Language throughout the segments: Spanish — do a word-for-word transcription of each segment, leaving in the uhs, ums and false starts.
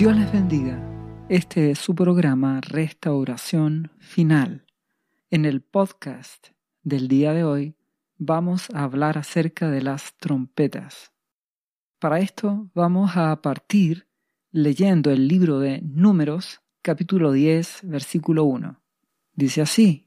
Dios les bendiga. Este es su programa Restauración Final. En el podcast del día de hoy vamos a hablar acerca de las trompetas. Para esto vamos a partir leyendo el libro de Números, capítulo diez, versículo uno. Dice así: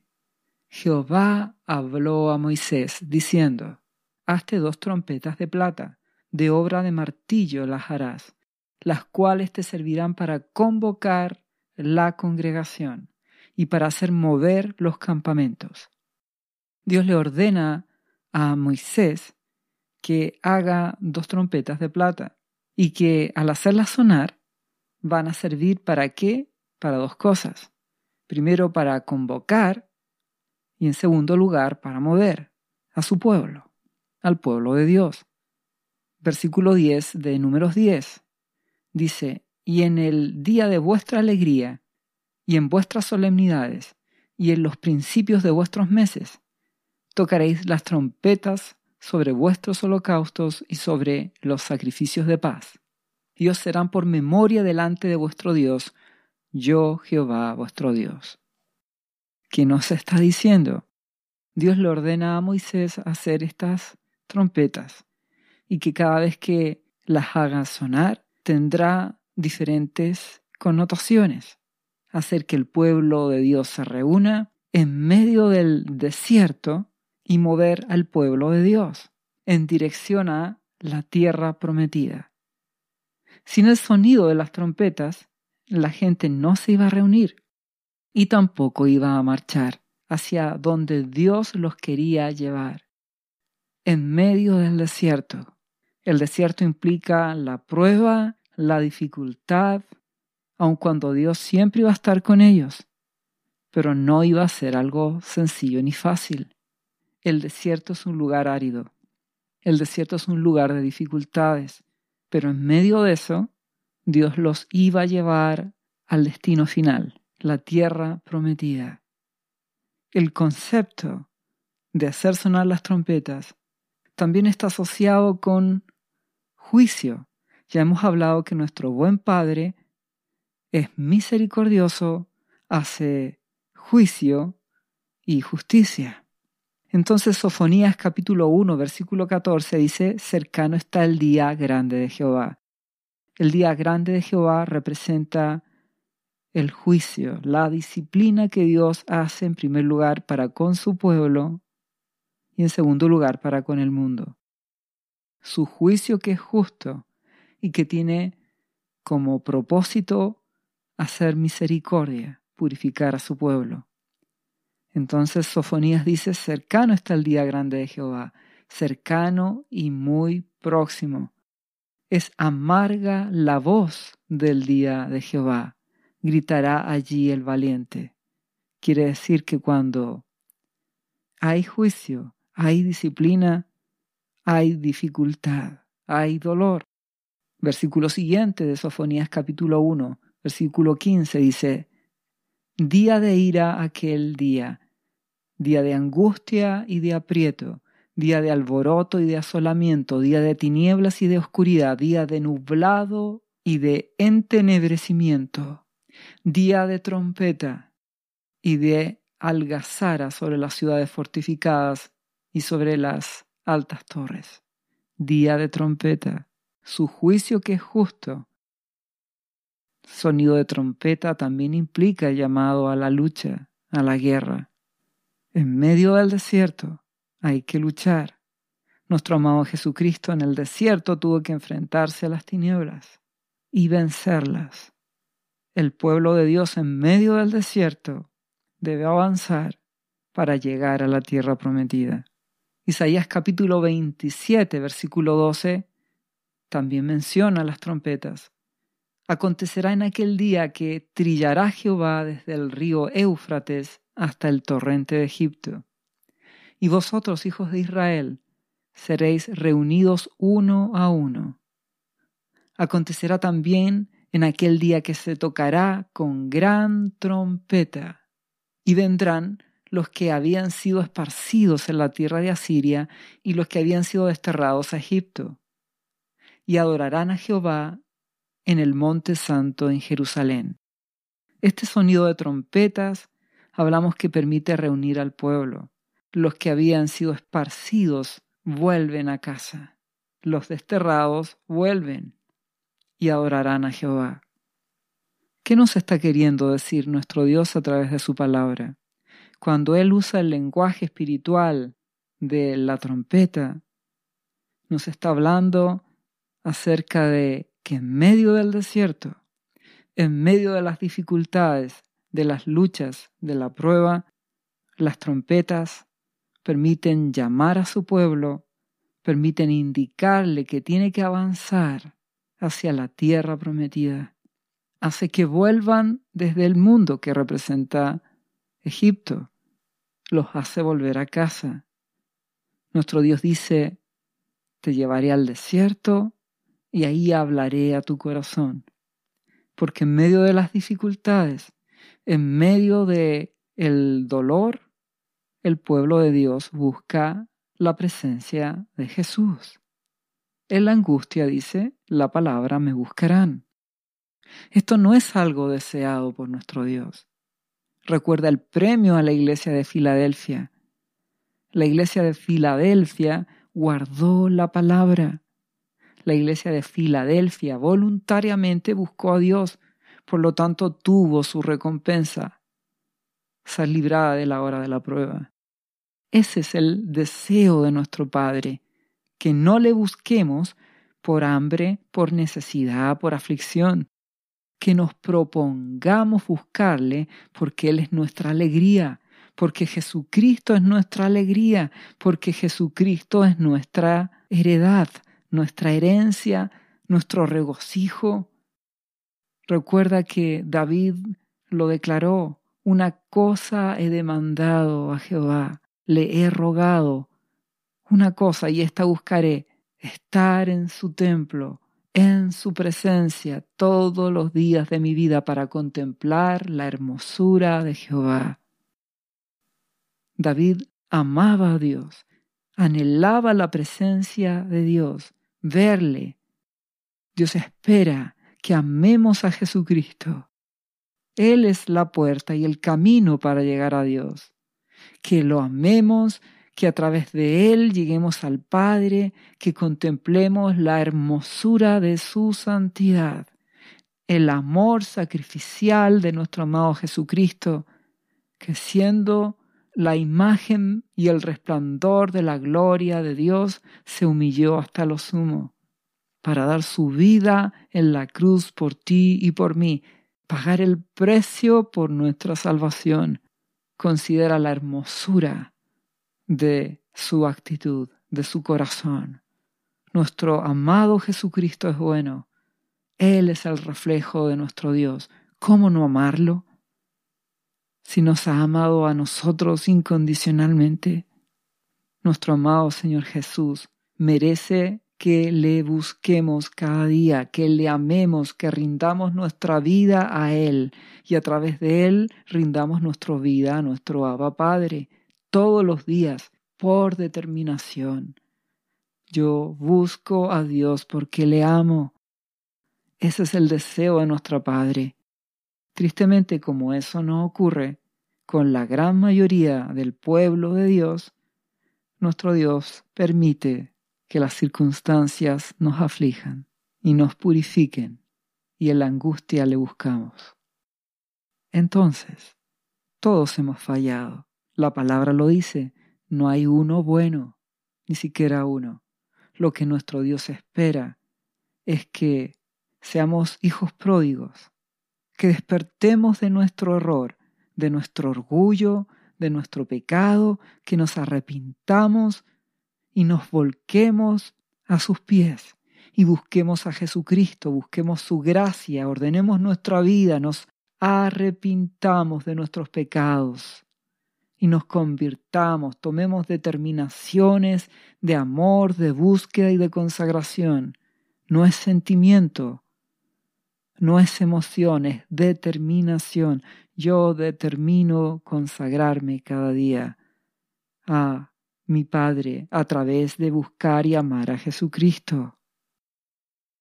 Jehová habló a Moisés diciendo: Hazte dos trompetas de plata, de obra de martillo las harás, las cuales te servirán para convocar la congregación y para hacer mover los campamentos. Dios le ordena a Moisés que haga dos trompetas de plata y que al hacerlas sonar van a servir ¿para qué? Para dos cosas. Primero, para convocar, y en segundo lugar, para mover a su pueblo, al pueblo de Dios. Versículo diez de Números diez dice: Y en el día de vuestra alegría, y en vuestras solemnidades, y en los principios de vuestros meses, tocaréis las trompetas sobre vuestros holocaustos y sobre los sacrificios de paz. Y os serán por memoria delante de vuestro Dios, yo Jehová vuestro Dios. ¿Qué nos está diciendo? Dios le ordena a Moisés hacer estas trompetas y que cada vez que las haga sonar tendrá diferentes connotaciones. Hacer que el pueblo de Dios se reúna en medio del desierto y mover al pueblo de Dios en dirección a la tierra prometida. Sin el sonido de las trompetas, la gente no se iba a reunir y tampoco iba a marchar hacia donde Dios los quería llevar. En medio del desierto. El desierto implica la prueba, la dificultad, aun cuando Dios siempre iba a estar con ellos. Pero no iba a ser algo sencillo ni fácil. El desierto es un lugar árido. El desierto es un lugar de dificultades. Pero en medio de eso, Dios los iba a llevar al destino final, la tierra prometida. El concepto de hacer sonar las trompetas también está asociado con juicio. Ya hemos hablado que nuestro buen Padre es misericordioso, hace juicio y justicia. Entonces Sofonías capítulo uno, versículo catorce dice: cercano está el día grande de Jehová. El día grande de Jehová representa el juicio, la disciplina que Dios hace en primer lugar para con su pueblo y en segundo lugar para con el mundo. Su juicio que es justo y que tiene como propósito hacer misericordia, purificar a su pueblo. Entonces Sofonías dice: cercano está el día grande de Jehová, cercano y muy próximo. Es amarga la voz del día de Jehová, gritará allí el valiente. Quiere decir que cuando hay juicio, hay disciplina, hay dificultad, hay dolor. Versículo siguiente de Sofonías capítulo uno, versículo quince dice: día de ira aquel día, día de angustia y de aprieto, día de alboroto y de asolamiento, día de tinieblas y de oscuridad, día de nublado y de entenebrecimiento, día de trompeta y de algazara sobre las ciudades fortificadas y sobre las altas torres. Día de trompeta, su juicio que es justo. Sonido de trompeta también implica el llamado a la lucha, a la guerra. En medio del desierto hay que luchar. Nuestro amado Jesucristo en el desierto tuvo que enfrentarse a las tinieblas y vencerlas. El pueblo de Dios en medio del desierto debe avanzar para llegar a la tierra prometida. Isaías capítulo veintisiete, versículo doce, también menciona las trompetas. Acontecerá en aquel día que trillará Jehová desde el río Éufrates hasta el torrente de Egipto. Y vosotros, hijos de Israel, seréis reunidos uno a uno. Acontecerá también en aquel día que se tocará con gran trompeta, y vendrán los que habían sido esparcidos en la tierra de Asiria y los que habían sido desterrados a Egipto, y adorarán a Jehová en el Monte Santo en Jerusalén. Este sonido de trompetas hablamos que permite reunir al pueblo. Los que habían sido esparcidos vuelven a casa. Los desterrados vuelven y adorarán a Jehová. ¿Qué nos está queriendo decir nuestro Dios a través de su palabra? Cuando Él usa el lenguaje espiritual de la trompeta, nos está hablando acerca de que en medio del desierto, en medio de las dificultades, de las luchas, de la prueba, las trompetas permiten llamar a su pueblo, permiten indicarle que tiene que avanzar hacia la tierra prometida. Hace que vuelvan desde el mundo que representa Egipto. Los hace volver a casa. Nuestro Dios dice, te llevaré al desierto y ahí hablaré a tu corazón. Porque en medio de las dificultades, en medio de el dolor, el pueblo de Dios busca la presencia de Jesús. En la angustia, dice, la palabra me buscarán. Esto no es algo deseado por nuestro Dios. Recuerda el premio a la iglesia de Filadelfia. La iglesia de Filadelfia guardó la palabra. La iglesia de Filadelfia voluntariamente buscó a Dios, por lo tanto tuvo su recompensa, ser librada de la hora de la prueba. Ese es el deseo de nuestro Padre, que no le busquemos por hambre, por necesidad, por aflicción, que nos propongamos buscarle porque Él es nuestra alegría, porque Jesucristo es nuestra alegría, porque Jesucristo es nuestra heredad, nuestra herencia, nuestro regocijo. Recuerda que David lo declaró, una cosa he demandado a Jehová, le he rogado, una cosa y esta buscaré, estar en su templo, en su presencia todos los días de mi vida para contemplar la hermosura de Jehová. David amaba a Dios, anhelaba la presencia de Dios, verle. Dios espera que amemos a Jesucristo. Él es la puerta y el camino para llegar a Dios. Que lo amemos, que a través de Él lleguemos al Padre, que contemplemos la hermosura de su santidad, el amor sacrificial de nuestro amado Jesucristo, que siendo la imagen y el resplandor de la gloria de Dios, se humilló hasta lo sumo, para dar su vida en la cruz por ti y por mí, pagar el precio por nuestra salvación. Considera la hermosura de su actitud, de su corazón. Nuestro amado Jesucristo es bueno. Él es el reflejo de nuestro Dios. ¿Cómo no amarlo? Si nos ha amado a nosotros incondicionalmente, nuestro amado Señor Jesús merece que le busquemos cada día, que le amemos, que rindamos nuestra vida a Él y a través de Él rindamos nuestra vida a nuestro Abba Padre todos los días por determinación. Yo busco a Dios porque le amo. Ese es el deseo de nuestro Padre. Tristemente, como eso no ocurre con la gran mayoría del pueblo de Dios, nuestro Dios permite que las circunstancias nos aflijan y nos purifiquen, y en la angustia le buscamos. Entonces, todos hemos fallado. La palabra lo dice, no hay uno bueno, ni siquiera uno. Lo que nuestro Dios espera es que seamos hijos pródigos, que despertemos de nuestro error, de nuestro orgullo, de nuestro pecado, que nos arrepintamos y nos volquemos a sus pies y busquemos a Jesucristo, busquemos su gracia, ordenemos nuestra vida, nos arrepintamos de nuestros pecados y nos convirtamos, tomemos determinaciones de amor, de búsqueda y de consagración. No es sentimiento, no es emoción, es determinación. Yo determino consagrarme cada día a mi Padre a través de buscar y amar a Jesucristo.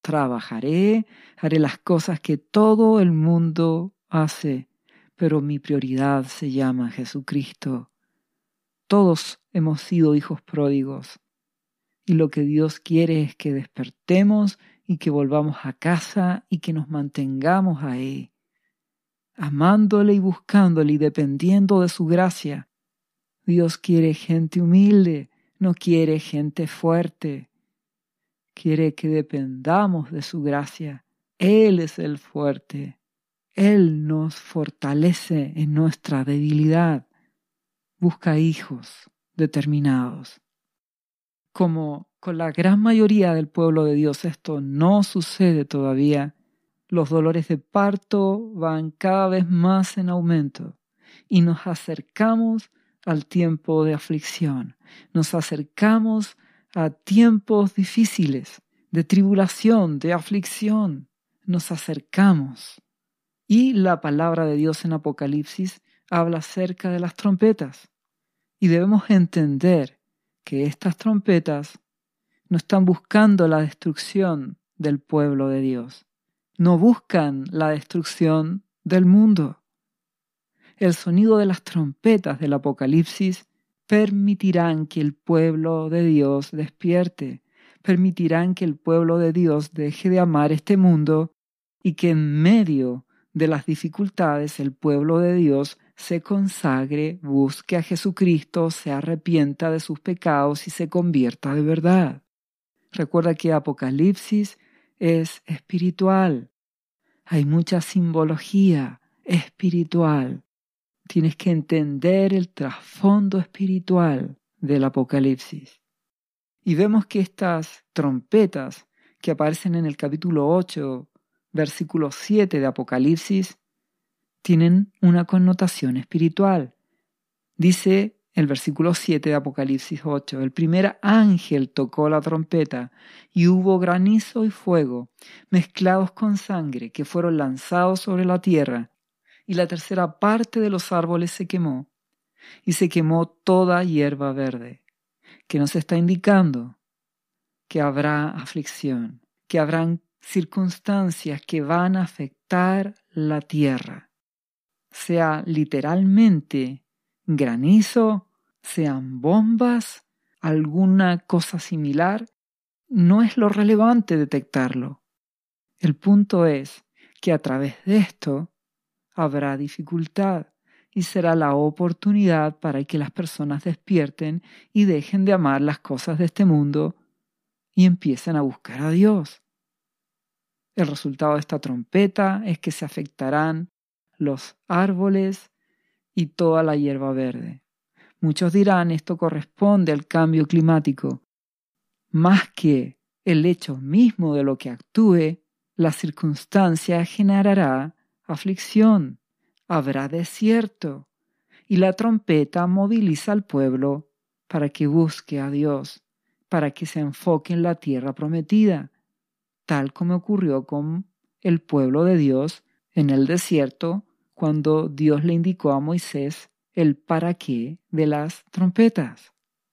trabajaré, haré las cosas que todo el mundo hace, pero mi prioridad se llama Jesucristo. Todos hemos sido hijos pródigos y lo que Dios quiere es que despertemos y que volvamos a casa y que nos mantengamos ahí, amándole y buscándole y dependiendo de su gracia. Dios quiere gente humilde, no quiere gente fuerte. Quiere que dependamos de su gracia. Él es el fuerte. Él nos fortalece en nuestra debilidad. Busca hijos determinados. Como con la gran mayoría del pueblo de Dios esto no sucede todavía, los dolores de parto van cada vez más en aumento y nos acercamos al tiempo de aflicción. Nos acercamos a tiempos difíciles, de tribulación, de aflicción. Nos acercamos. Y la palabra de Dios en Apocalipsis habla acerca de las trompetas. Y debemos entender que estas trompetas no están buscando la destrucción del pueblo de Dios. No buscan la destrucción del mundo. El sonido de las trompetas del Apocalipsis permitirán que el pueblo de Dios despierte, permitirán que el pueblo de Dios deje de amar este mundo y que en medio de las dificultades el pueblo de Dios se consagre, busque a Jesucristo, se arrepienta de sus pecados y se convierta de verdad. Recuerda que Apocalipsis es espiritual. Hay mucha simbología espiritual. Tienes que entender el trasfondo espiritual del Apocalipsis. Y vemos que estas trompetas que aparecen en el capítulo ocho, versículo siete de Apocalipsis, tienen una connotación espiritual. Dice el versículo siete de Apocalipsis ocho, el primer ángel tocó la trompeta y hubo granizo y fuego mezclados con sangre que fueron lanzados sobre la tierra y la tercera parte de los árboles se quemó y se quemó toda hierba verde, que nos está indicando que habrá aflicción, que habrán circunstancias que van a afectar la tierra, sea literalmente granizo, sean bombas, alguna cosa similar, no es lo relevante detectarlo. El punto es que a través de esto habrá dificultad y será la oportunidad para que las personas despierten y dejen de amar las cosas de este mundo y empiecen a buscar a Dios. El resultado de esta trompeta es que se afectarán los árboles y toda la hierba verde. Muchos dirán esto corresponde al cambio climático. Más que el hecho mismo de lo que actúe, la circunstancia generará aflicción, habrá desierto, y la trompeta moviliza al pueblo para que busque a Dios, para que se enfoque en la tierra prometida, tal como ocurrió con el pueblo de Dios en el desierto, cuando Dios le indicó a Moisés el para qué de las trompetas.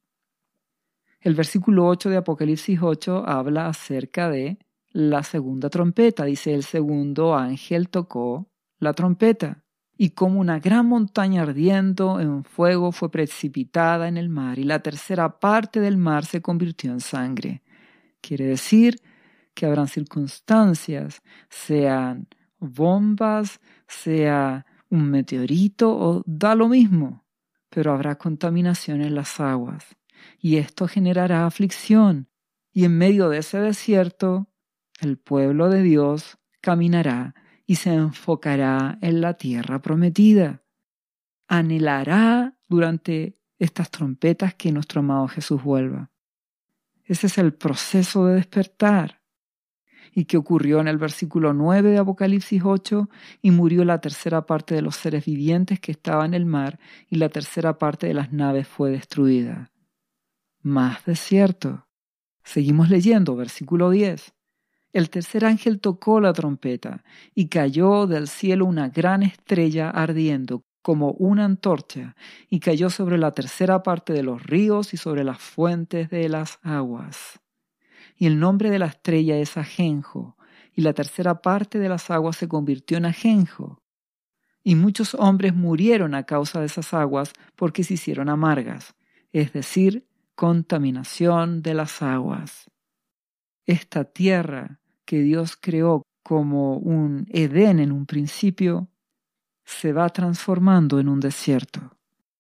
El versículo ocho de Apocalipsis ocho habla acerca de la segunda trompeta. Dice, el segundo ángel tocó la trompeta, y como una gran montaña ardiendo en fuego fue precipitada en el mar, y la tercera parte del mar se convirtió en sangre. Quiere decir que habrán circunstancias, sean bombas, sea un meteorito o da lo mismo, pero habrá contaminación en las aguas y esto generará aflicción y en medio de ese desierto el pueblo de Dios caminará y se enfocará en la tierra prometida. Anhelará durante estas trompetas que nuestro amado Jesús vuelva. Ese es el proceso de despertar. Y que ocurrió en el versículo nueve de Apocalipsis ocho, y murió la tercera parte de los seres vivientes que estaban en el mar, y la tercera parte de las naves fue destruida. Más desierto. Seguimos leyendo, versículo diez. El tercer ángel tocó la trompeta, y cayó del cielo una gran estrella ardiendo, como una antorcha, y cayó sobre la tercera parte de los ríos y sobre las fuentes de las aguas. y el nombre de la estrella es Ajenjo, y la tercera parte de las aguas se convirtió en ajenjo. Y muchos hombres murieron a causa de esas aguas porque se hicieron amargas, es decir, contaminación de las aguas. Esta tierra que Dios creó como un Edén en un principio, se va transformando en un desierto.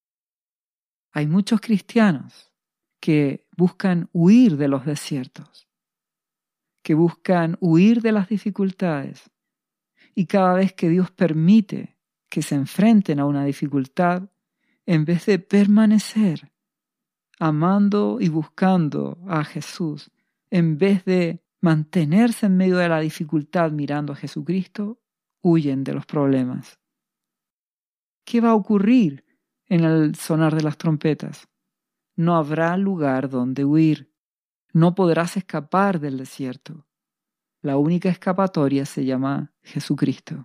Hay muchos cristianos que buscan huir de los desiertos, que buscan huir de las dificultades, y cada vez que Dios permite que se enfrenten a una dificultad, en vez de permanecer amando y buscando a Jesús, en vez de mantenerse en medio de la dificultad mirando a Jesucristo, huyen de los problemas. ¿Qué va a ocurrir en el sonar de las trompetas? No habrá lugar donde huir. No podrás escapar del desierto. La única escapatoria se llama Jesucristo.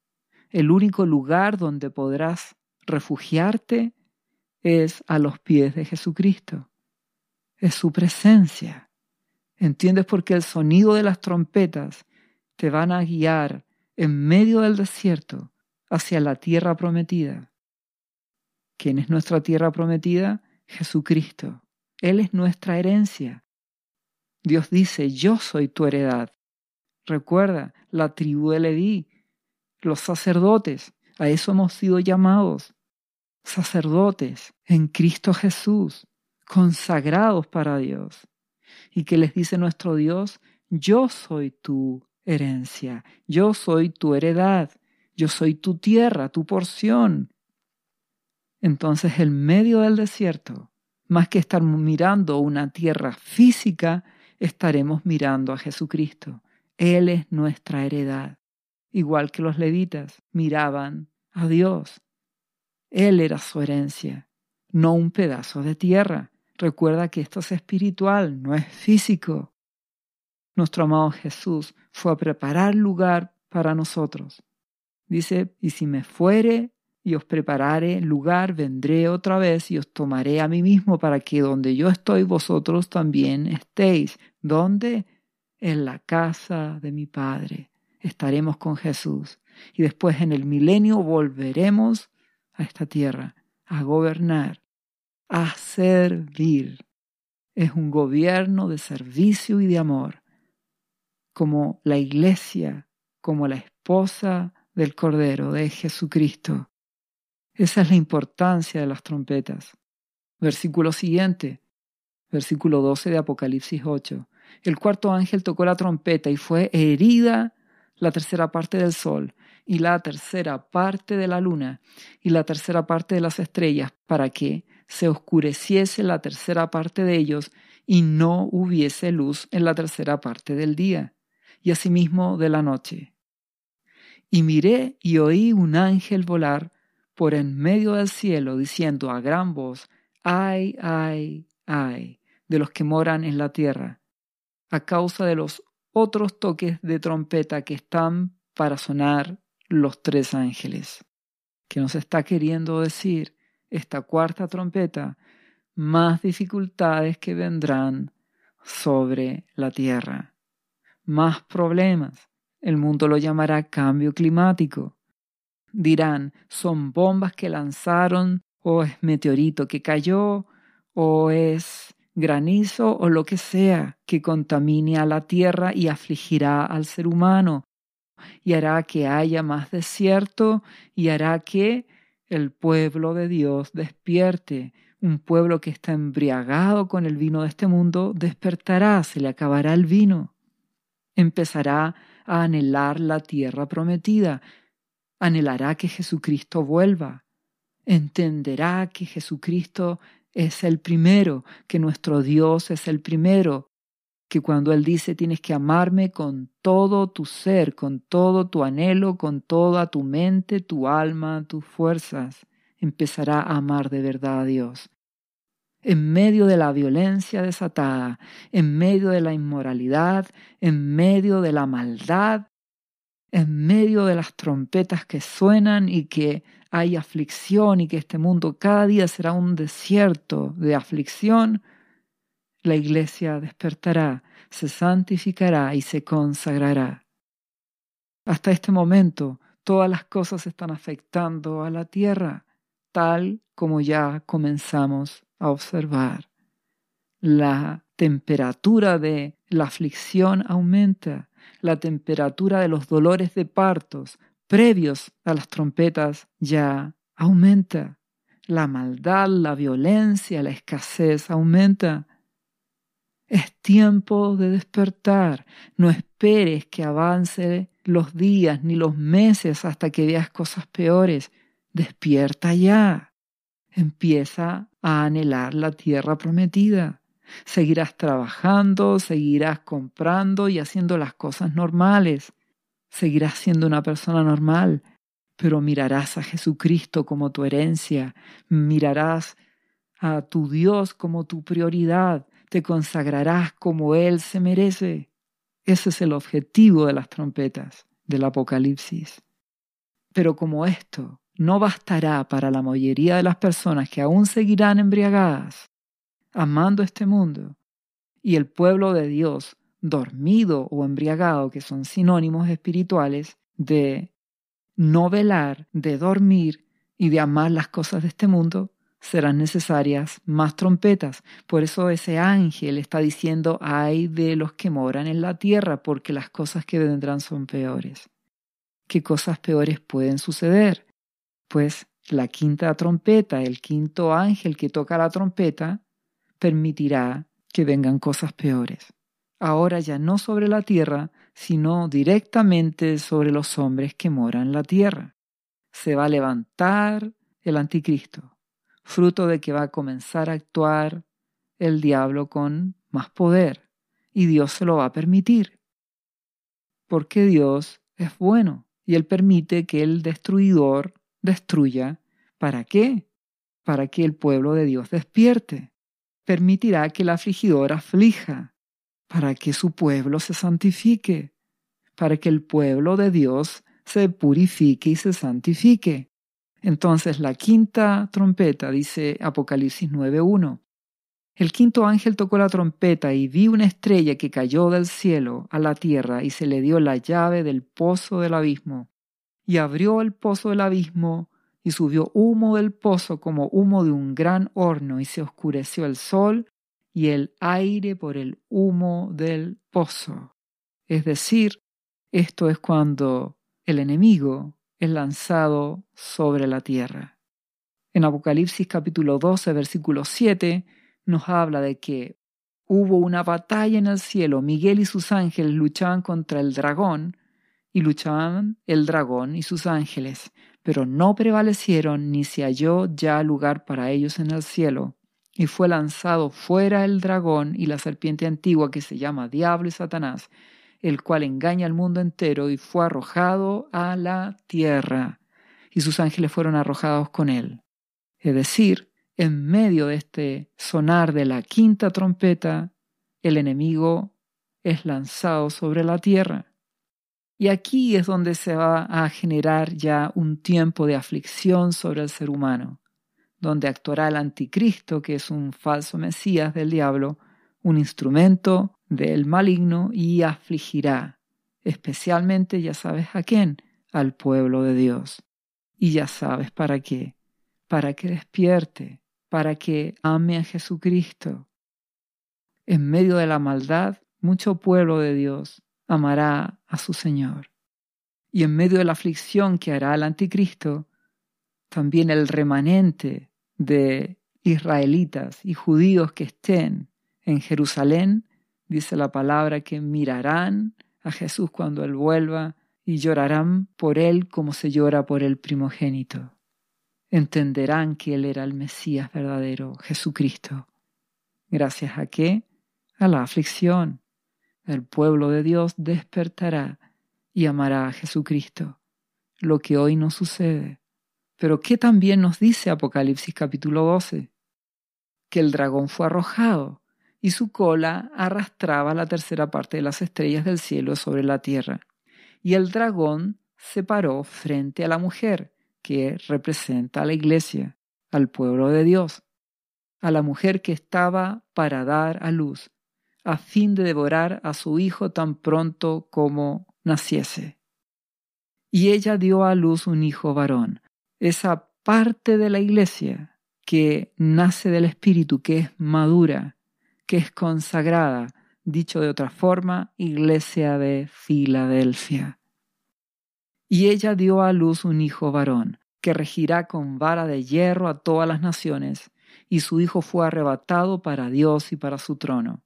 El único lugar donde podrás refugiarte es a los pies de Jesucristo. Es su presencia. ¿Entiendes por qué el sonido de las trompetas te van a guiar en medio del desierto hacia la tierra prometida? ¿Quién es nuestra tierra prometida? Jesucristo. Él es nuestra herencia. Dios dice, yo soy tu heredad. Recuerda, la tribu de Leví, los sacerdotes, a eso hemos sido llamados. Sacerdotes en Cristo Jesús, consagrados para Dios. ¿Y qué les dice nuestro Dios? Yo soy tu herencia, yo soy tu heredad, yo soy tu tierra, tu porción. Entonces, en medio del desierto, más que estar mirando una tierra física, estaremos mirando a Jesucristo. Él es nuestra heredad. Igual que los levitas miraban a Dios. Él era su herencia, no un pedazo de tierra. Recuerda que esto es espiritual, no es físico. Nuestro amado Jesús fue a preparar lugar para nosotros. Dice, y si me fuere y os preparare lugar, vendré otra vez y os tomaré a mí mismo para que donde yo estoy vosotros también estéis. ¿Dónde? En la casa de mi Padre. Estaremos con Jesús. Y después en el milenio volveremos a esta tierra, a gobernar, a servir. Es un gobierno de servicio y de amor, como la iglesia, como la esposa del Cordero, de Jesucristo. Esa es la importancia de las trompetas. Versículo siguiente, versículo doce de Apocalipsis ocho. El cuarto ángel tocó la trompeta y fue herida la tercera parte del sol y la tercera parte de la luna y la tercera parte de las estrellas, para que se oscureciese la tercera parte de ellos y no hubiese luz en la tercera parte del día, y asimismo de la noche. Y miré y oí un ángel volar por en medio del cielo, diciendo a gran voz, ay, ay, ay, de los que moran en la tierra, a causa de los otros toques de trompeta que están para sonar los tres ángeles. ¿Qué nos está queriendo decir esta cuarta trompeta? Más dificultades que vendrán sobre la tierra, más problemas. El mundo lo llamará cambio climático. Dirán, son bombas que lanzaron, o es meteorito que cayó, o es granizo o lo que sea que contamine a la tierra y afligirá al ser humano y hará que haya más desierto y hará que el pueblo de Dios despierte. Un pueblo que está embriagado con el vino de este mundo despertará, se le acabará el vino. Empezará a anhelar la tierra prometida, anhelará que Jesucristo vuelva, entenderá que Jesucristo es el primero, que nuestro Dios es el primero, que cuando Él dice tienes que amarme con todo tu ser, con todo tu anhelo, con toda tu mente, tu alma, tus fuerzas, empezará a amar de verdad a Dios. En medio de la violencia desatada, en medio de la inmoralidad, en medio de la maldad, en medio de las trompetas que suenan y que hay aflicción y que este mundo cada día será un desierto de aflicción, la iglesia despertará, se santificará y se consagrará. Hasta este momento, todas las cosas están afectando a la tierra, tal como ya comenzamos a observar. La temperatura de la aflicción aumenta, la temperatura de los dolores de partos previos a las trompetas ya aumenta, la maldad, la violencia, la escasez aumenta. Es tiempo de despertar. No esperes que avance los días ni los meses hasta que veas cosas peores. Despierta ya. Empieza a anhelar la tierra prometida. Seguirás trabajando, seguirás comprando y haciendo las cosas normales. Seguirás siendo una persona normal, pero mirarás a Jesucristo como tu herencia. Mirarás a tu Dios como tu prioridad. Te consagrarás como Él se merece. Ese es el objetivo de las trompetas del Apocalipsis. Pero como esto no bastará para la mayoría de las personas que aún seguirán embriagadas, amando este mundo, y el pueblo de Dios dormido o embriagado, que son sinónimos espirituales de no velar, de dormir y de amar las cosas de este mundo, serán necesarias más trompetas. Por eso ese ángel está diciendo: ay de los que moran en la tierra, porque las cosas que vendrán son peores. ¿Qué cosas peores pueden suceder? Pues la quinta trompeta, el quinto ángel que toca la trompeta, permitirá que vengan cosas peores. Ahora ya no sobre la tierra, sino directamente sobre los hombres que moran en la tierra. Se va a levantar el anticristo, fruto de que va a comenzar a actuar el diablo con más poder, y Dios se lo va a permitir. Porque Dios es bueno y Él permite que el destruidor destruya. ¿Para qué? Para que el pueblo de Dios despierte. Permitirá que el afligidor aflija, para que su pueblo se santifique, para que el pueblo de Dios se purifique y se santifique. Entonces la quinta trompeta, dice Apocalipsis nueve uno. El quinto ángel tocó la trompeta y vi una estrella que cayó del cielo a la tierra y se le dio la llave del pozo del abismo. Y abrió el pozo del abismo y subió humo del pozo como humo de un gran horno y se oscureció el sol y el aire por el humo del pozo. Es decir, esto es cuando el enemigo es lanzado sobre la tierra. En Apocalipsis capítulo doce, versículo siete, nos habla de que hubo una batalla en el cielo. Miguel y sus ángeles luchaban contra el dragón y luchaban el dragón y sus ángeles, pero no prevalecieron ni se halló ya lugar para ellos en el cielo. Y fue lanzado fuera el dragón y la serpiente antigua que se llama Diablo y Satanás, el cual engaña al mundo entero, y fue arrojado a la tierra, y sus ángeles fueron arrojados con él. Es decir, en medio de este sonar de la quinta trompeta, el enemigo es lanzado sobre la tierra. Y aquí es donde se va a generar ya un tiempo de aflicción sobre el ser humano, donde actuará el anticristo, que es un falso mesías del diablo, un instrumento del maligno, y afligirá, especialmente, ya sabes a quién, al pueblo de Dios. Y ya sabes para qué, para que despierte, para que ame a Jesucristo. En medio de la maldad, mucho pueblo de Dios amará a su Señor. Y en medio de la aflicción que hará el anticristo, también el remanente de israelitas y judíos que estén en Jerusalén, dice la palabra que mirarán a Jesús cuando Él vuelva y llorarán por Él como se llora por el primogénito. Entenderán que Él era el Mesías verdadero, Jesucristo. ¿Gracias a qué? A la aflicción. El pueblo de Dios despertará y amará a Jesucristo, lo que hoy no sucede. Pero ¿qué también nos dice Apocalipsis capítulo doce? Que el dragón fue arrojado y su cola arrastraba la tercera parte de las estrellas del cielo sobre la tierra. Y el dragón se paró frente a la mujer, que representa a la iglesia, al pueblo de Dios, a la mujer que estaba para dar a luz, a fin de devorar a su hijo tan pronto como naciese. Y ella dio a luz un hijo varón. Esa parte de la iglesia que nace del Espíritu, que es madura, que es consagrada, dicho de otra forma, iglesia de Filadelfia. Y ella dio a luz un hijo varón, que regirá con vara de hierro a todas las naciones, y su hijo fue arrebatado para Dios y para su trono.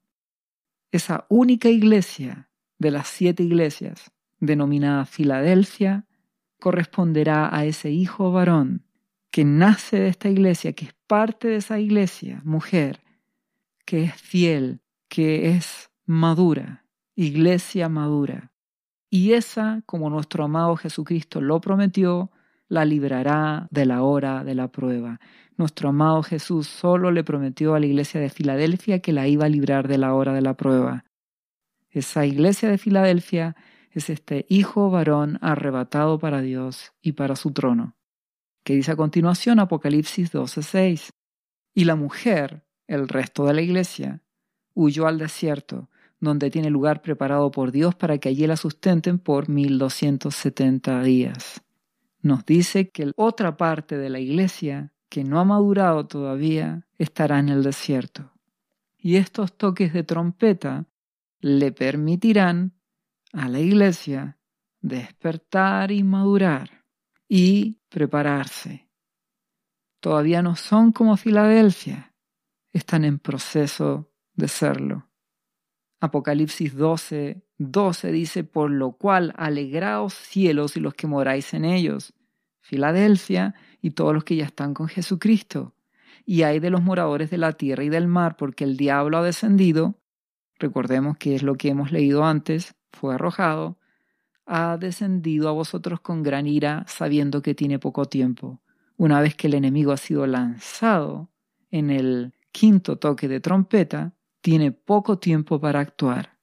Esa única iglesia de las siete iglesias, denominada Filadelfia, corresponderá a ese hijo varón que nace de esta iglesia, que es parte de esa iglesia, mujer, que es fiel, que es madura, iglesia madura. Y esa, como nuestro amado Jesucristo lo prometió, la librará de la hora de la prueba. Nuestro amado Jesús solo le prometió a la iglesia de Filadelfia que la iba a librar de la hora de la prueba. Esa iglesia de Filadelfia es este hijo varón arrebatado para Dios y para su trono. Que dice a continuación Apocalipsis doce seis. Y la mujer, el resto de la iglesia, huyó al desierto, donde tiene lugar preparado por Dios para que allí la sustenten por mil doscientos setenta días. Nos dice que la otra parte de la iglesia, que no ha madurado todavía, estará en el desierto. Y estos toques de trompeta le permitirán a la iglesia despertar y madurar y prepararse. Todavía no son como Filadelfia, están en proceso de serlo. Apocalipsis doce doce dice, por lo cual alegraos cielos y los que moráis en ellos, Filadelfia y todos los que ya están con Jesucristo. Y hay de los moradores de la tierra y del mar, porque el diablo ha descendido, recordemos que es lo que hemos leído antes, fue arrojado, ha descendido a vosotros con gran ira, sabiendo que tiene poco tiempo. Una vez que el enemigo ha sido lanzado en el quinto toque de trompeta, tiene poco tiempo para actuar.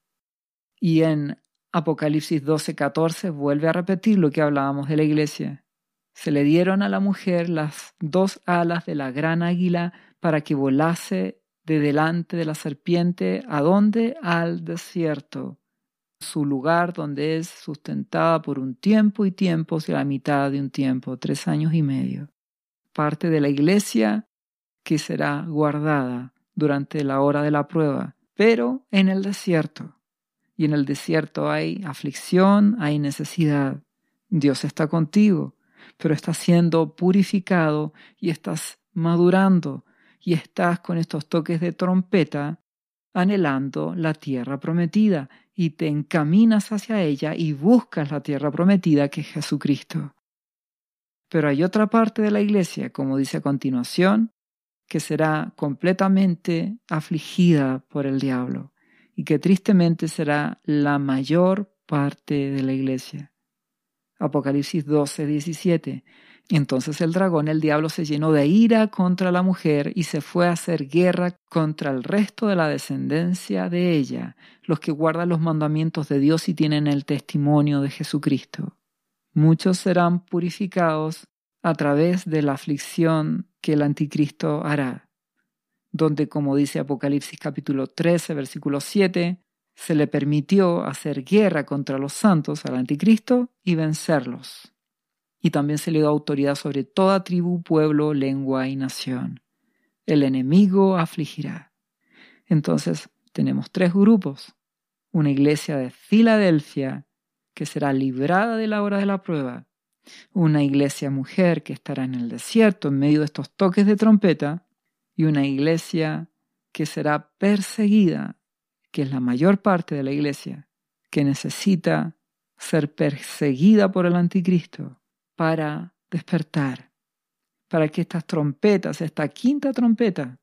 Y en Apocalipsis doce catorce vuelve a repetir lo que hablábamos de la iglesia. Se le dieron a la mujer las dos alas de la gran águila para que volase de delante de la serpiente. ¿A dónde? Al desierto. Su lugar donde es sustentada por un tiempo y tiempos y la mitad de un tiempo, tres años y medio. Parte de la iglesia que será guardada durante la hora de la prueba, pero en el desierto. Y en el desierto hay aflicción, hay necesidad. Dios está contigo, pero estás siendo purificado y estás madurando y estás con estos toques de trompeta anhelando la tierra prometida y te encaminas hacia ella y buscas la tierra prometida que es Jesucristo. Pero hay otra parte de la iglesia, como dice a continuación, que será completamente afligida por el diablo y que tristemente será la mayor parte de la iglesia. Apocalipsis doce diecisiete. Entonces el dragón, el diablo, se llenó de ira contra la mujer y se fue a hacer guerra contra el resto de la descendencia de ella, los que guardan los mandamientos de Dios y tienen el testimonio de Jesucristo. Muchos serán purificados a través de la aflicción que el anticristo hará, donde, como dice Apocalipsis capítulo trece, versículo siete, se le permitió hacer guerra contra los santos al anticristo y vencerlos. Y también se le dio autoridad sobre toda tribu, pueblo, lengua y nación. El enemigo afligirá. Entonces tenemos tres grupos. Una iglesia de Filadelfia que será librada de la hora de la prueba. Una iglesia mujer que estará en el desierto en medio de estos toques de trompeta. Y una iglesia que será perseguida, que es la mayor parte de la iglesia, que necesita ser perseguida por el anticristo para despertar, para que estas trompetas, esta quinta trompeta,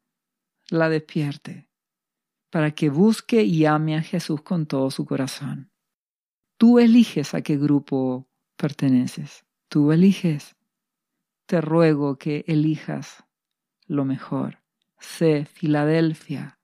la despierte, para que busque y ame a Jesús con todo su corazón. Tú eliges a qué grupo perteneces, tú eliges. Te ruego que elijas lo mejor. Sé Filadelfia,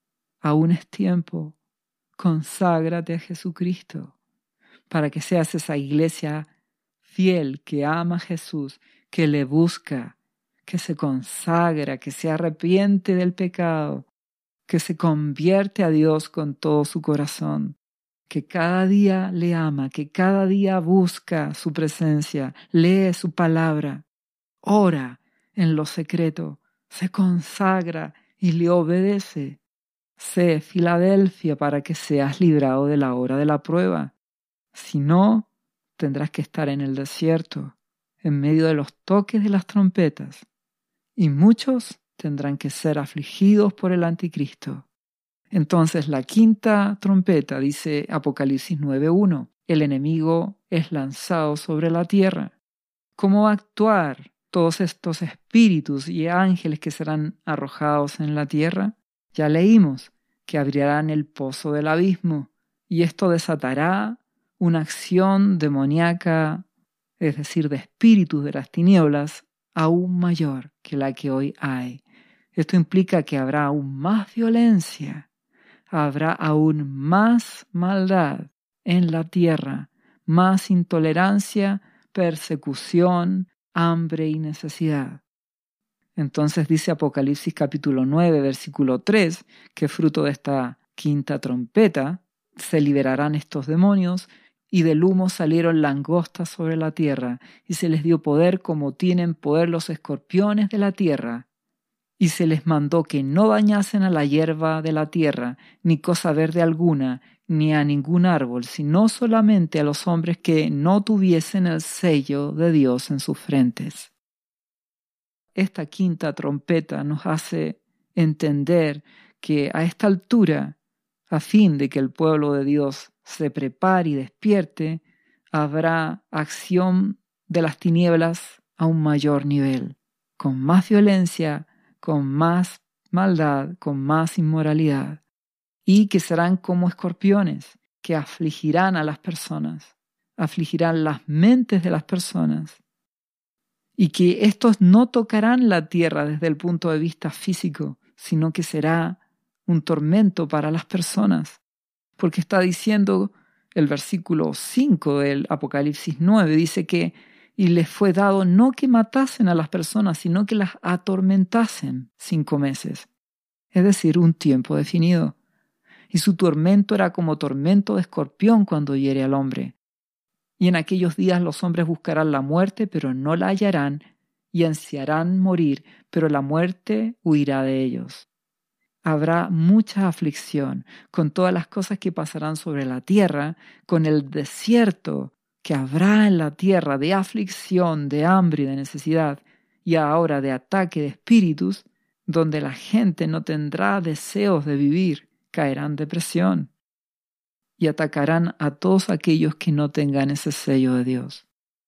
aún es tiempo, conságrate a Jesucristo, para que seas esa iglesia fiel que ama a Jesús, que le busca, que se consagra, que se arrepiente del pecado que se convierte a Dios con todo su corazón, que cada día le ama, que cada día busca su presencia, lee su palabra, ora en lo secreto, se consagra y le obedece. Sé Filadelfia para que seas librado de la hora de la prueba. Si no, tendrás que estar en el desierto, en medio de los toques de las trompetas, y muchos tendrán que ser afligidos por el anticristo. Entonces la quinta trompeta, dice Apocalipsis nueve uno, el enemigo es lanzado sobre la tierra. ¿Cómo va a actuar todos estos espíritus y ángeles que serán arrojados en la tierra? Ya leímos que abrirán el pozo del abismo, y esto desatará una acción demoníaca, es decir, de espíritus de las tinieblas, aún mayor que la que hoy hay. Esto implica que habrá aún más violencia, habrá aún más maldad en la tierra, más intolerancia, persecución, hambre y necesidad. Entonces dice Apocalipsis capítulo nueve, versículo tres, que fruto de esta quinta trompeta se liberarán estos demonios, y del humo salieron langostas sobre la tierra, y se les dio poder como tienen poder los escorpiones de la tierra. Y se les mandó que no dañasen a la hierba de la tierra, ni cosa verde alguna, ni a ningún árbol, sino solamente a los hombres que no tuviesen el sello de Dios en sus frentes. Esta quinta trompeta nos hace entender que a esta altura, a fin de que el pueblo de Dios se prepare y despierte, habrá acción de las tinieblas a un mayor nivel, con más violencia, con más maldad, con más inmoralidad, y que serán como escorpiones, que afligirán a las personas, afligirán las mentes de las personas, y que estos no tocarán la tierra desde el punto de vista físico, sino que será un tormento para las personas, porque está diciendo el versículo cinco del Apocalipsis nueve, dice que y les fue dado no que matasen a las personas, sino que las atormentasen cinco meses, es decir, un tiempo definido. Y su tormento era como tormento de escorpión cuando hiere al hombre. Y en aquellos días los hombres buscarán la muerte, pero no la hallarán, y ansiarán morir, pero la muerte huirá de ellos. Habrá mucha aflicción con todas las cosas que pasarán sobre la tierra, con el desierto que habrá en la tierra de aflicción, de hambre y de necesidad, y ahora de ataque de espíritus, donde la gente no tendrá deseos de vivir, caerá en depresión y atacarán a todos aquellos que no tengan ese sello de Dios.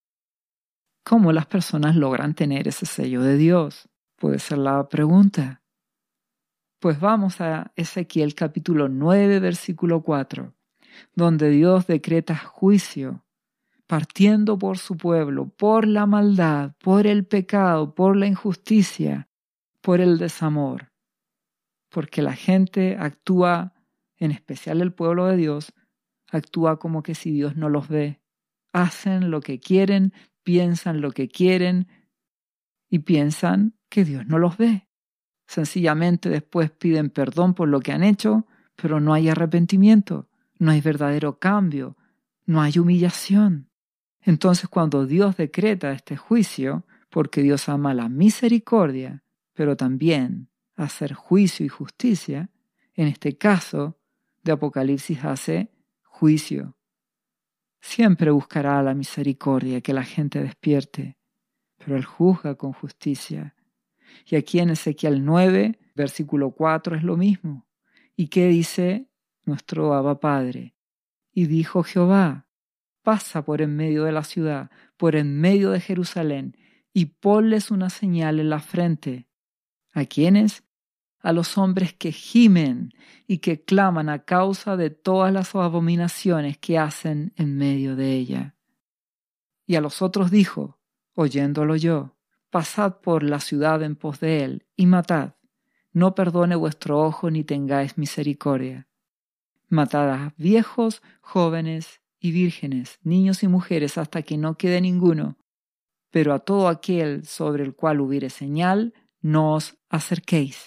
¿Cómo las personas logran tener ese sello de Dios? Puede ser la pregunta. Pues vamos a Ezequiel capítulo nueve, versículo cuatro, donde Dios decreta juicio, partiendo por su pueblo, por la maldad, por el pecado, por la injusticia, por el desamor. Porque la gente actúa, en especial el pueblo de Dios, actúa como que si Dios no los ve. Hacen lo que quieren, piensan lo que quieren y piensan que Dios no los ve. Sencillamente después piden perdón por lo que han hecho, pero no hay arrepentimiento, no hay verdadero cambio, no hay humillación. Entonces cuando Dios decreta este juicio, porque Dios ama la misericordia, pero también hacer juicio y justicia, en este caso de Apocalipsis hace juicio. Siempre buscará la misericordia, que la gente despierte, pero Él juzga con justicia. Y aquí en Ezequiel nueve, versículo cuatro es lo mismo. ¿Y qué dice nuestro Abba Padre? Y dijo Jehová, pasa por en medio de la ciudad, por en medio de Jerusalén, y ponles una señal en la frente. ¿A quiénes? A los hombres que gimen y que claman a causa de todas las abominaciones que hacen en medio de ella. Y a los otros dijo, oyéndolo yo, pasad por la ciudad en pos de él, y matad. No perdone vuestro ojo ni tengáis misericordia. Matad a viejos, jóvenes y vírgenes, niños y mujeres, hasta que no quede ninguno. Pero a todo aquel sobre el cual hubiere señal, no os acerquéis,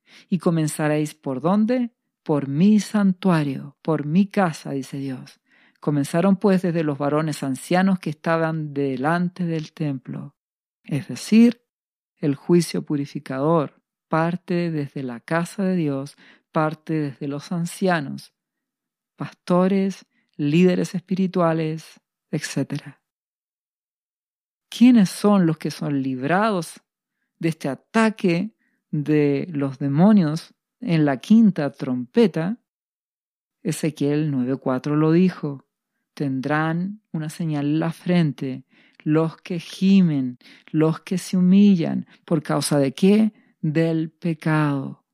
Y comenzaréis ¿por dónde? Por mi santuario, por mi casa, dice Dios. Comenzaron pues desde los varones ancianos que estaban delante del templo. Es decir, el juicio purificador parte desde la casa de Dios, parte desde los ancianos, pastores, líderes espirituales, etcétera. ¿Quiénes son los que son librados de este ataque de los demonios en la quinta trompeta? Ezequiel nueve cuatro lo dijo: tendrán una señal en la frente los que gimen, los que se humillan. ¿Por causa de qué? Del pecado.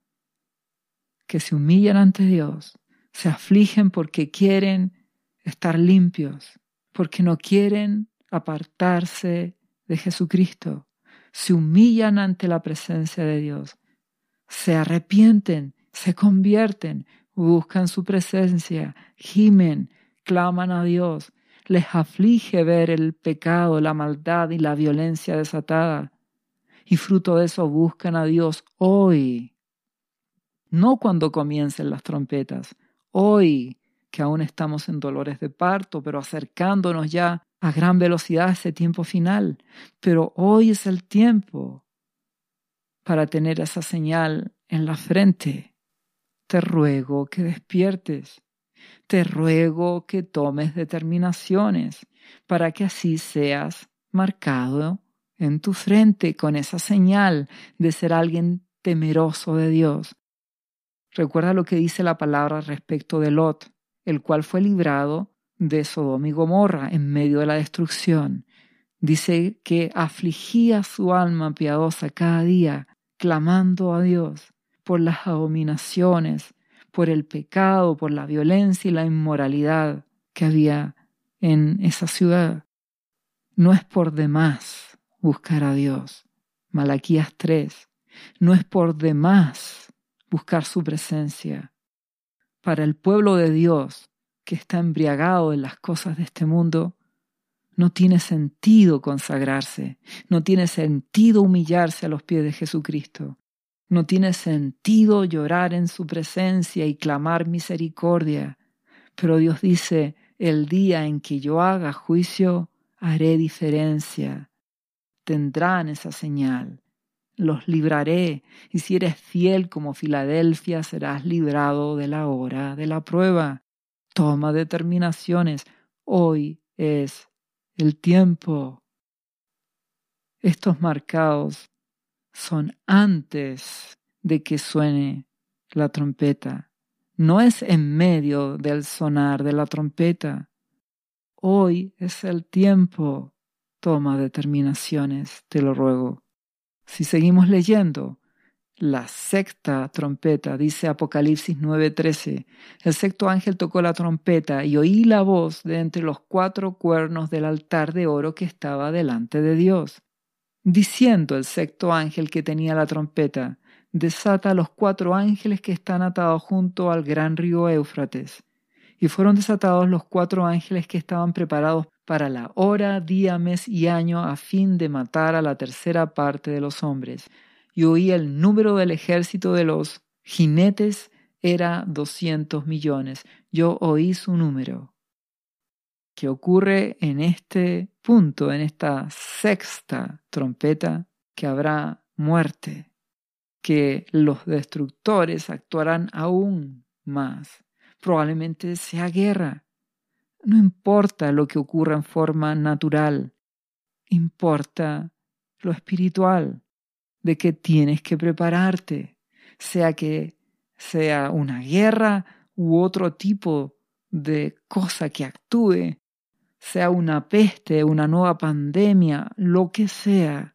Que se humillan ante Dios, se afligen porque quieren estar limpios, porque no quieren apartarse de Jesucristo. Se humillan ante la presencia de Dios, se arrepienten, se convierten, buscan su presencia, gimen, claman a Dios. Les aflige ver el pecado, la maldad y la violencia desatada. Y fruto de eso buscan a Dios hoy. No cuando comiencen las trompetas, hoy que aún estamos en dolores de parto, pero acercándonos ya a gran velocidad a ese tiempo final. Pero hoy es el tiempo para tener esa señal en la frente. Te ruego que despiertes. Te ruego que tomes determinaciones para que así seas marcado en tu frente con esa señal de ser alguien temeroso de Dios. Recuerda lo que dice la palabra respecto de Lot, el cual fue librado de Sodoma y Gomorra en medio de la destrucción. Dice que afligía su alma piadosa cada día, clamando a Dios por las abominaciones, por el pecado, por la violencia y la inmoralidad que había en esa ciudad. No es por demás buscar a Dios. Malaquías tres. No es por demás buscar su presencia. Para el pueblo de Dios que está embriagado en las cosas de este mundo, no tiene sentido consagrarse, no tiene sentido humillarse a los pies de Jesucristo, no tiene sentido llorar en su presencia y clamar misericordia. Pero Dios dice: el día en que yo haga juicio, haré diferencia. Tendrán esa señal. Los libraré, y si eres fiel como Filadelfia, serás librado de la hora de la prueba. Toma determinaciones. Hoy es el tiempo. Estos marcados son antes de que suene la trompeta. No es en medio del sonar de la trompeta. Hoy es el tiempo. Toma determinaciones, te lo ruego. Si seguimos leyendo, la sexta trompeta, dice Apocalipsis nueve trece, el sexto ángel tocó la trompeta y oí la voz de entre los cuatro cuernos del altar de oro que estaba delante de Dios, diciendo el sexto ángel que tenía la trompeta: desata a los cuatro ángeles que están atados junto al gran río Éufrates. Y fueron desatados los cuatro ángeles que estaban preparados para la hora, día, mes y año, a fin de matar a la tercera parte de los hombres. Y oí el número del ejército de los jinetes era doscientos millones. Yo oí su número. ¿Qué ocurre en este punto, en esta sexta trompeta? Que habrá muerte, que los destructores actuarán aún más. Probablemente sea guerra. No importa lo que ocurra en forma natural, importa lo espiritual, de que tienes que prepararte, sea que sea una guerra u otro tipo de cosa que actúe, sea una peste, una nueva pandemia, lo que sea,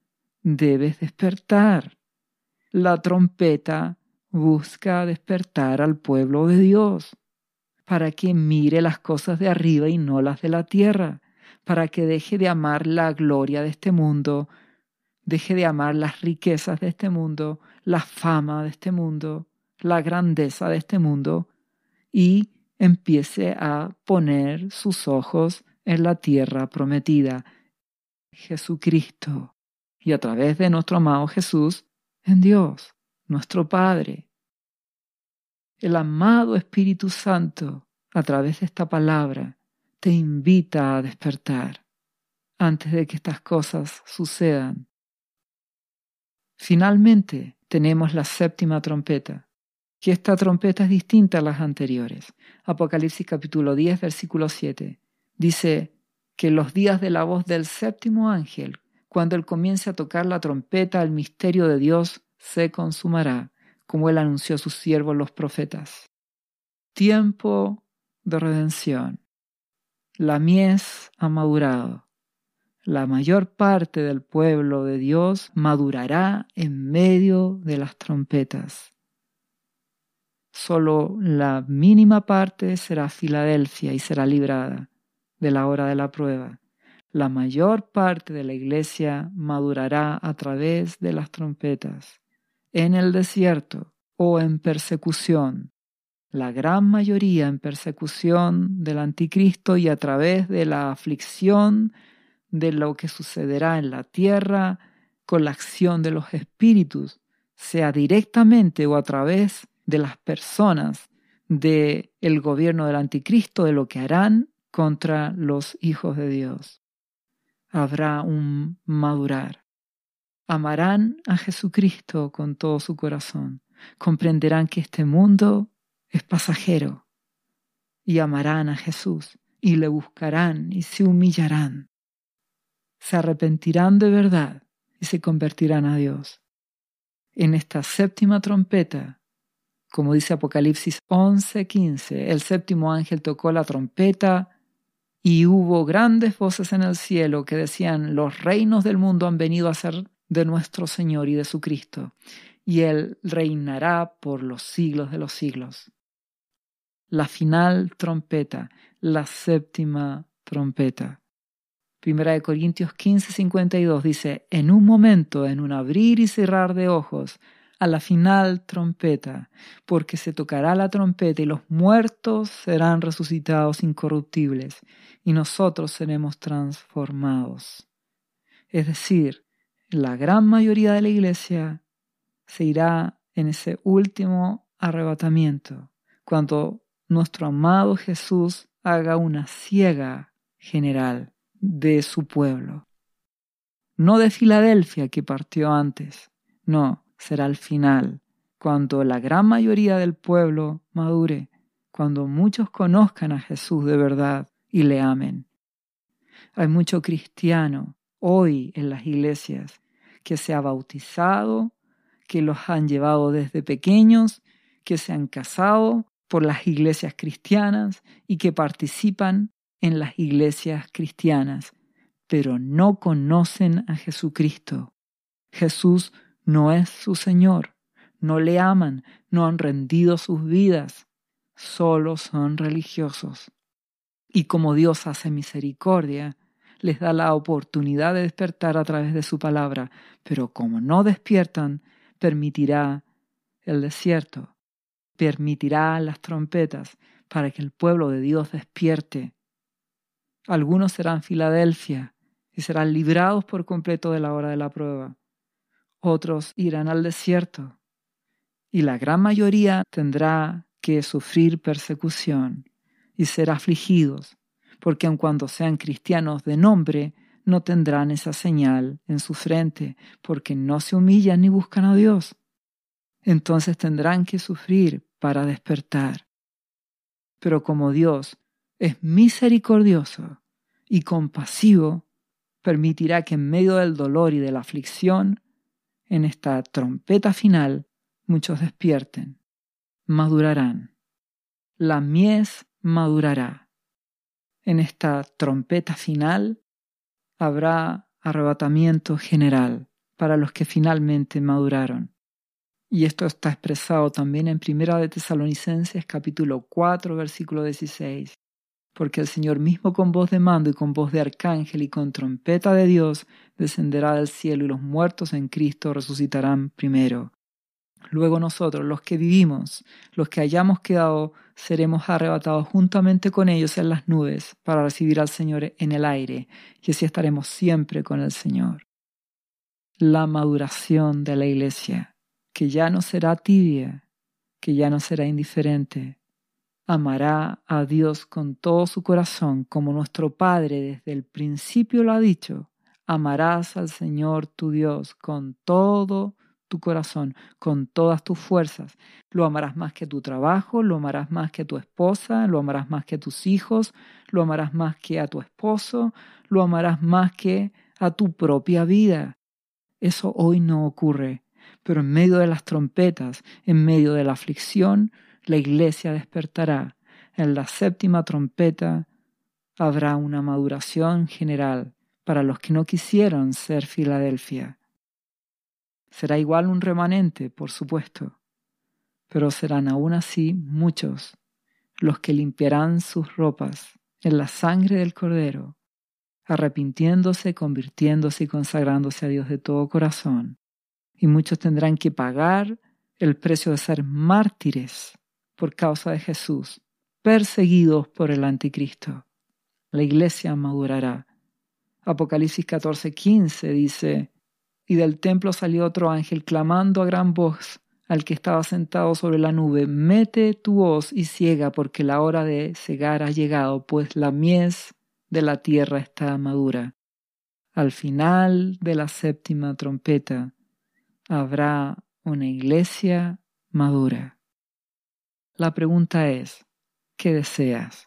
debes despertar. La trompeta busca despertar al pueblo de Dios, para que mire las cosas de arriba y no las de la tierra, para que deje de amar la gloria de este mundo, deje de amar las riquezas de este mundo, la fama de este mundo, la grandeza de este mundo, y empiece a poner sus ojos en la tierra prometida, Jesucristo, y a través de nuestro amado Jesús, en Dios. nuestro Padre. El amado Espíritu Santo, a través de esta palabra, te invita a despertar antes de que estas cosas sucedan. Finalmente, tenemos la séptima trompeta, que esta trompeta es distinta a las anteriores. Apocalipsis capítulo diez, versículo siete, dice que en los días de la voz del séptimo ángel, cuando él comience a tocar la trompeta, el misterio de Dios se consumará, como él anunció a sus siervos los profetas. Tiempo de redención. La mies ha madurado. La mayor parte del pueblo de Dios madurará en medio de las trompetas. Solo la mínima parte será Filadelfia y será librada de la hora de la prueba. La mayor parte de la iglesia madurará a través de las trompetas, en el desierto o en persecución. La gran mayoría en persecución del anticristo y a través de la aflicción de lo que sucederá en la tierra con la acción de los espíritus, sea directamente o a través de las personas del gobierno del anticristo, de lo que harán contra los hijos de Dios. Habrá un madurar. Amarán a Jesucristo con todo su corazón. Comprenderán que este mundo es pasajero y amarán a Jesús y le buscarán y se humillarán. Se arrepentirán de verdad y se convertirán a Dios. En esta séptima trompeta, como dice Apocalipsis once quince, el séptimo ángel tocó la trompeta y hubo grandes voces en el cielo que decían: los reinos del mundo han venido a ser de nuestro Señor y de su Cristo, y Él reinará por los siglos de los siglos. La final trompeta, la séptima trompeta. Primera de Corintios quince cincuenta y dos dice: en un momento, en un abrir y cerrar de ojos, a la final trompeta, porque se tocará la trompeta y los muertos serán resucitados incorruptibles y nosotros seremos transformados. Es decir, la gran mayoría de la iglesia se irá en ese último arrebatamiento, cuando nuestro amado Jesús haga una siega general de su pueblo. No de Filadelfia, que partió antes, no, será al final, cuando la gran mayoría del pueblo madure, cuando muchos conozcan a Jesús de verdad y le amen. Hay mucho cristiano hoy en las iglesias que se ha bautizado, que los han llevado desde pequeños, que se han casado por las iglesias cristianas y que participan en las iglesias cristianas, pero no conocen a Jesucristo. Jesús no es su Señor, no le aman, no han rendido sus vidas, solo son religiosos. Y como Dios hace misericordia, les da la oportunidad de despertar a través de su palabra, pero como no despiertan, permitirá el desierto, permitirá las trompetas para que el pueblo de Dios despierte. Algunos serán Filadelfia y serán librados por completo de la hora de la prueba. Otros irán al desierto y la gran mayoría tendrá que sufrir persecución y ser afligidos, porque aun cuando sean cristianos de nombre, no tendrán esa señal en su frente, porque no se humillan ni buscan a Dios. Entonces tendrán que sufrir para despertar. Pero como Dios es misericordioso y compasivo, permitirá que en medio del dolor y de la aflicción, en esta trompeta final, muchos despierten, madurarán. La mies madurará. En esta trompeta final habrá arrebatamiento general para los que finalmente maduraron. Y esto está expresado también en Primera de Tesalonicenses capítulo cuatro, versículo dieciséis. Porque el Señor mismo con voz de mando y con voz de arcángel y con trompeta de Dios descenderá del cielo y los muertos en Cristo resucitarán primero. Luego nosotros, los que vivimos, los que hayamos quedado, seremos arrebatados juntamente con ellos en las nubes para recibir al Señor en el aire, y así estaremos siempre con el Señor. La maduración de la iglesia. que ya no será tibia, que ya no será indiferente. Amará a Dios con todo su corazón, como nuestro Padre desde el principio lo ha dicho. Amarás al Señor tu Dios con todo tu corazón, con todas tus fuerzas. Lo amarás más que tu trabajo, lo amarás más que a tu esposa, lo amarás más que a tus hijos, lo amarás más que a tu esposo, lo amarás más que a tu propia vida. Eso hoy no ocurre, pero en medio de las trompetas, en medio de la aflicción, la iglesia despertará. En la séptima trompeta habrá una maduración general para los que no quisieron ser Filadelfia. Será igual un remanente, por supuesto, pero serán aún así muchos los que limpiarán sus ropas en la sangre del Cordero, arrepintiéndose, convirtiéndose y consagrándose a Dios de todo corazón. Y muchos tendrán que pagar el precio de ser mártires por causa de Jesús, perseguidos por el anticristo. La iglesia madurará. Apocalipsis catorce quince dice: y del templo salió otro ángel clamando a gran voz al que estaba sentado sobre la nube: mete tu hoz y ciega, porque la hora de cegar ha llegado, pues la mies de la tierra está madura. Al final de la séptima trompeta habrá una iglesia madura. La pregunta es, ¿qué deseas?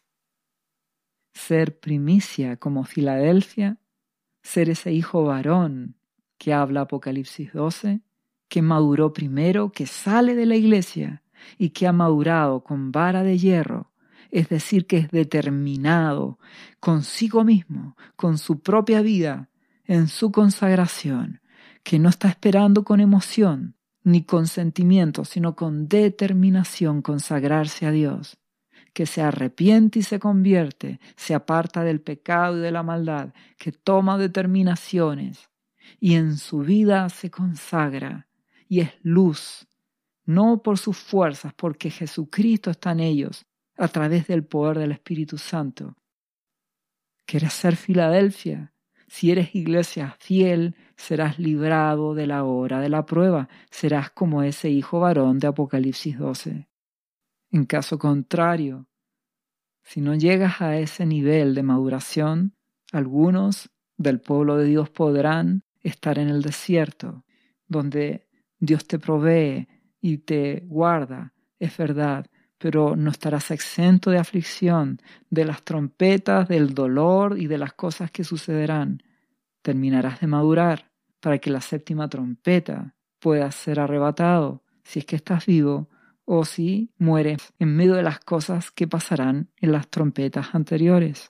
¿Ser primicia como Filadelfia? ¿Ser ese hijo varón que habla Apocalipsis doce? Que maduró primero, que sale de la iglesia y que ha madurado con vara de hierro, es decir, que es determinado consigo mismo, con su propia vida, en su consagración, que no está esperando con emoción ni con sentimiento, sino con determinación consagrarse a Dios, que se arrepiente y se convierte, se aparta del pecado y de la maldad, que toma determinaciones y en su vida se consagra y es luz, no por sus fuerzas, porque Jesucristo está en ellos a través del poder del Espíritu Santo. ¿Quieres ser Filadelfia? Si eres iglesia fiel, serás librado de la hora de la prueba, serás como ese hijo varón de Apocalipsis doce. En caso contrario, si no llegas a ese nivel de maduración, algunos del pueblo de Dios podrán estar en el desierto, donde Dios te provee y te guarda, es verdad, pero no estarás exento de aflicción, de las trompetas, del dolor y de las cosas que sucederán. Terminarás de madurar para que la séptima trompeta pueda ser arrebatado, si es que estás vivo, o si mueres en medio de las cosas que pasarán en las trompetas anteriores.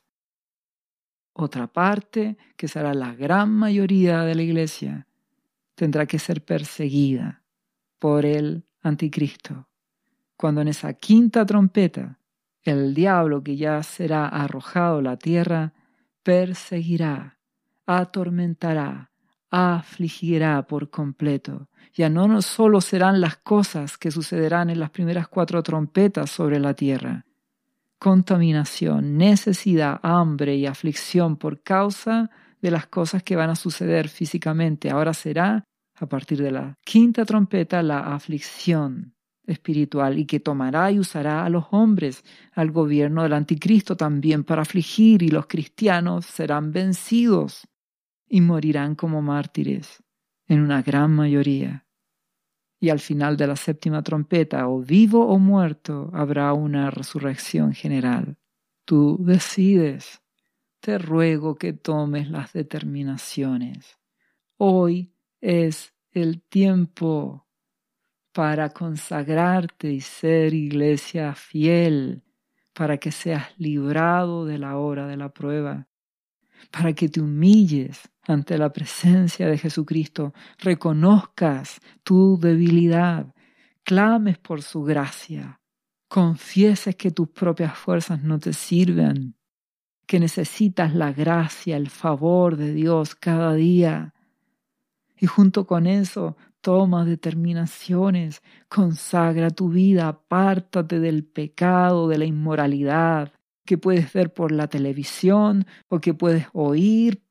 Otra parte, que será la gran mayoría de la iglesia, tendrá que ser perseguida por el anticristo. Cuando en esa quinta trompeta el diablo, que ya será arrojado a la tierra, perseguirá, atormentará, afligirá por completo. Ya no, no solo serán las cosas que sucederán en las primeras cuatro trompetas sobre la tierra. Contaminación, necesidad, hambre y aflicción por causa de las cosas que van a suceder físicamente. Ahora será, a partir de la quinta trompeta, la aflicción espiritual, y que tomará y usará a los hombres, al gobierno del anticristo también para afligir, y los cristianos serán vencidos y morirán como mártires en una gran mayoría. Y al final de la séptima trompeta, o vivo o muerto, habrá una resurrección general. Tú decides. Te ruego que tomes las determinaciones. Hoy es el tiempo para consagrarte y ser iglesia fiel, para que seas librado de la hora de la prueba, para que te humilles ante la presencia de Jesucristo, reconozcas tu debilidad, clames por su gracia, confieses que tus propias fuerzas no te sirven, que necesitas la gracia, el favor de Dios cada día. Y junto con eso, toma determinaciones, consagra tu vida, apártate del pecado, de la inmoralidad, que puedes ver por la televisión o que puedes oír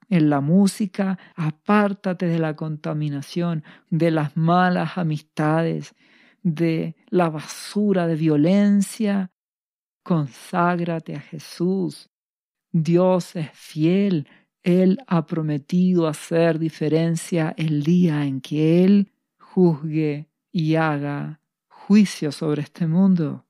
en la música, apártate de la contaminación, de las malas amistades, de la basura de violencia. Conságrate a Jesús. Dios es fiel. Él ha prometido hacer diferencia el día en que Él juzgue y haga juicio sobre este mundo.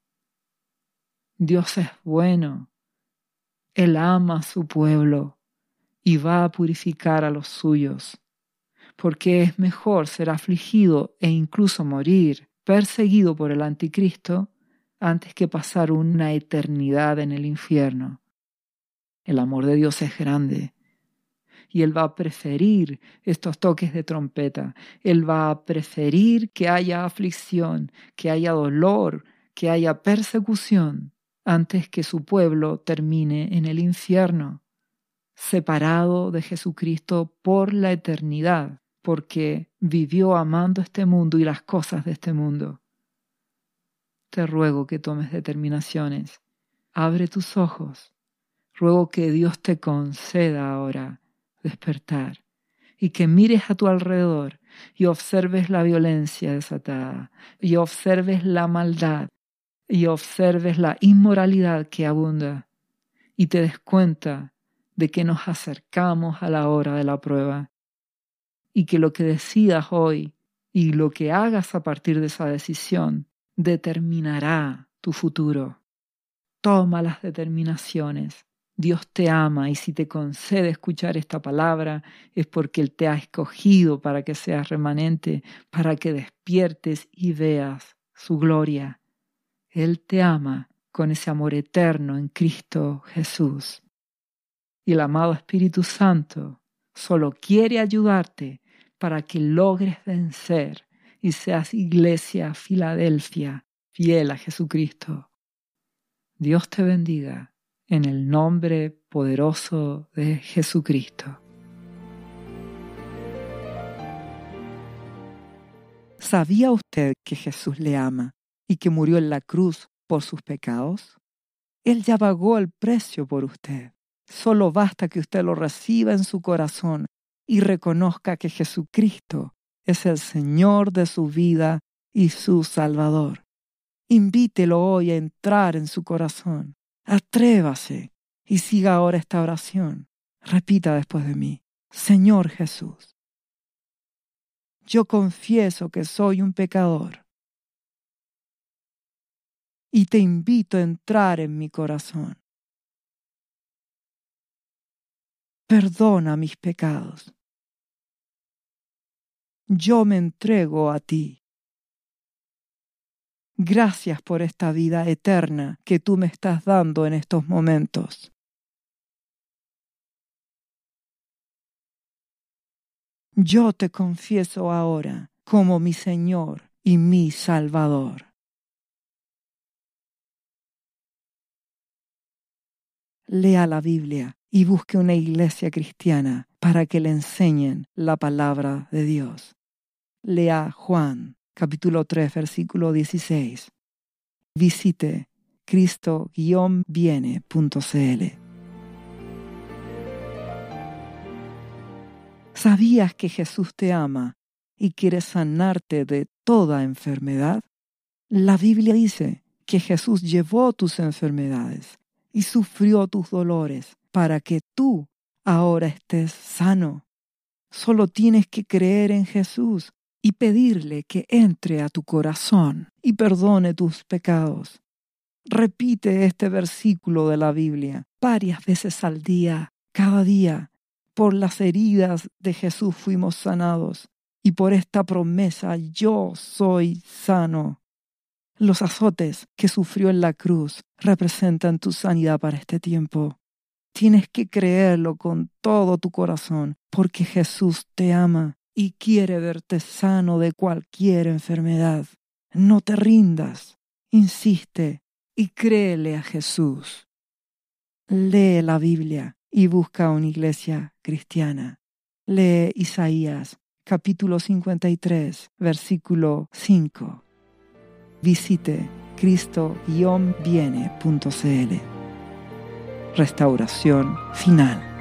Dios es bueno. Él ama a su pueblo y va a purificar a los suyos, porque es mejor ser afligido e incluso morir perseguido por el anticristo antes que pasar una eternidad en el infierno. El amor de Dios es grande y Él va a preferir estos toques de trompeta. Él va a preferir que haya aflicción, que haya dolor, que haya persecución, antes que su pueblo termine en el infierno, separado de Jesucristo por la eternidad, porque vivió amando este mundo y las cosas de este mundo. Te ruego que tomes determinaciones. Abre tus ojos. Ruego que Dios te conceda ahora despertar y que mires a tu alrededor y observes la violencia desatada y observes la maldad y observes la inmoralidad que abunda y te des cuenta de que nos acercamos a la hora de la prueba y que lo que decidas hoy y lo que hagas a partir de esa decisión determinará tu futuro. Toma las determinaciones. Dios te ama y si te concede escuchar esta palabra es porque Él te ha escogido para que seas remanente, para que despiertes y veas su gloria. Él te ama con ese amor eterno en Cristo Jesús. Y el amado Espíritu Santo solo quiere ayudarte para que logres vencer y seas Iglesia Filadelfia, fiel a Jesucristo. Dios te bendiga en el nombre poderoso de Jesucristo. ¿Sabía usted que Jesús le ama y que murió en la cruz por sus pecados? Él ya pagó el precio por usted. Solo basta que usted lo reciba en su corazón y reconozca que Jesucristo es el Señor de su vida y su Salvador. Invítelo hoy a entrar en su corazón. Atrévase y siga ahora esta oración. Repita después de mí: Señor Jesús, yo confieso que soy un pecador y te invito a entrar en mi corazón. Perdona mis pecados. Yo me entrego a ti. Gracias por esta vida eterna que tú me estás dando en estos momentos. Yo te confieso ahora como mi Señor y mi Salvador. Lea la Biblia y busque una iglesia cristiana para que le enseñen la palabra de Dios. Lea Juan, capítulo tres, versículo dieciséis. Visite cristo guion viene punto c l. ¿Sabías que Jesús te ama y quiere sanarte de toda enfermedad? La Biblia dice que Jesús llevó tus enfermedades y sufrió tus dolores para que tú ahora estés sano. Solo tienes que creer en Jesús y pedirle que entre a tu corazón y perdone tus pecados. Repite este versículo de la Biblia varias veces al día, cada día. Por las heridas de Jesús fuimos sanados y por esta promesa yo soy sano. Los azotes que sufrió en la cruz representan tu sanidad para este tiempo. Tienes que creerlo con todo tu corazón porque Jesús te ama y quiere verte sano de cualquier enfermedad. No te rindas, insiste y créele a Jesús. Lee la Biblia y busca una iglesia cristiana. Lee Isaías, capítulo cincuenta y tres, versículo cinco. Visite cristo guion viene punto c l. Restauración final.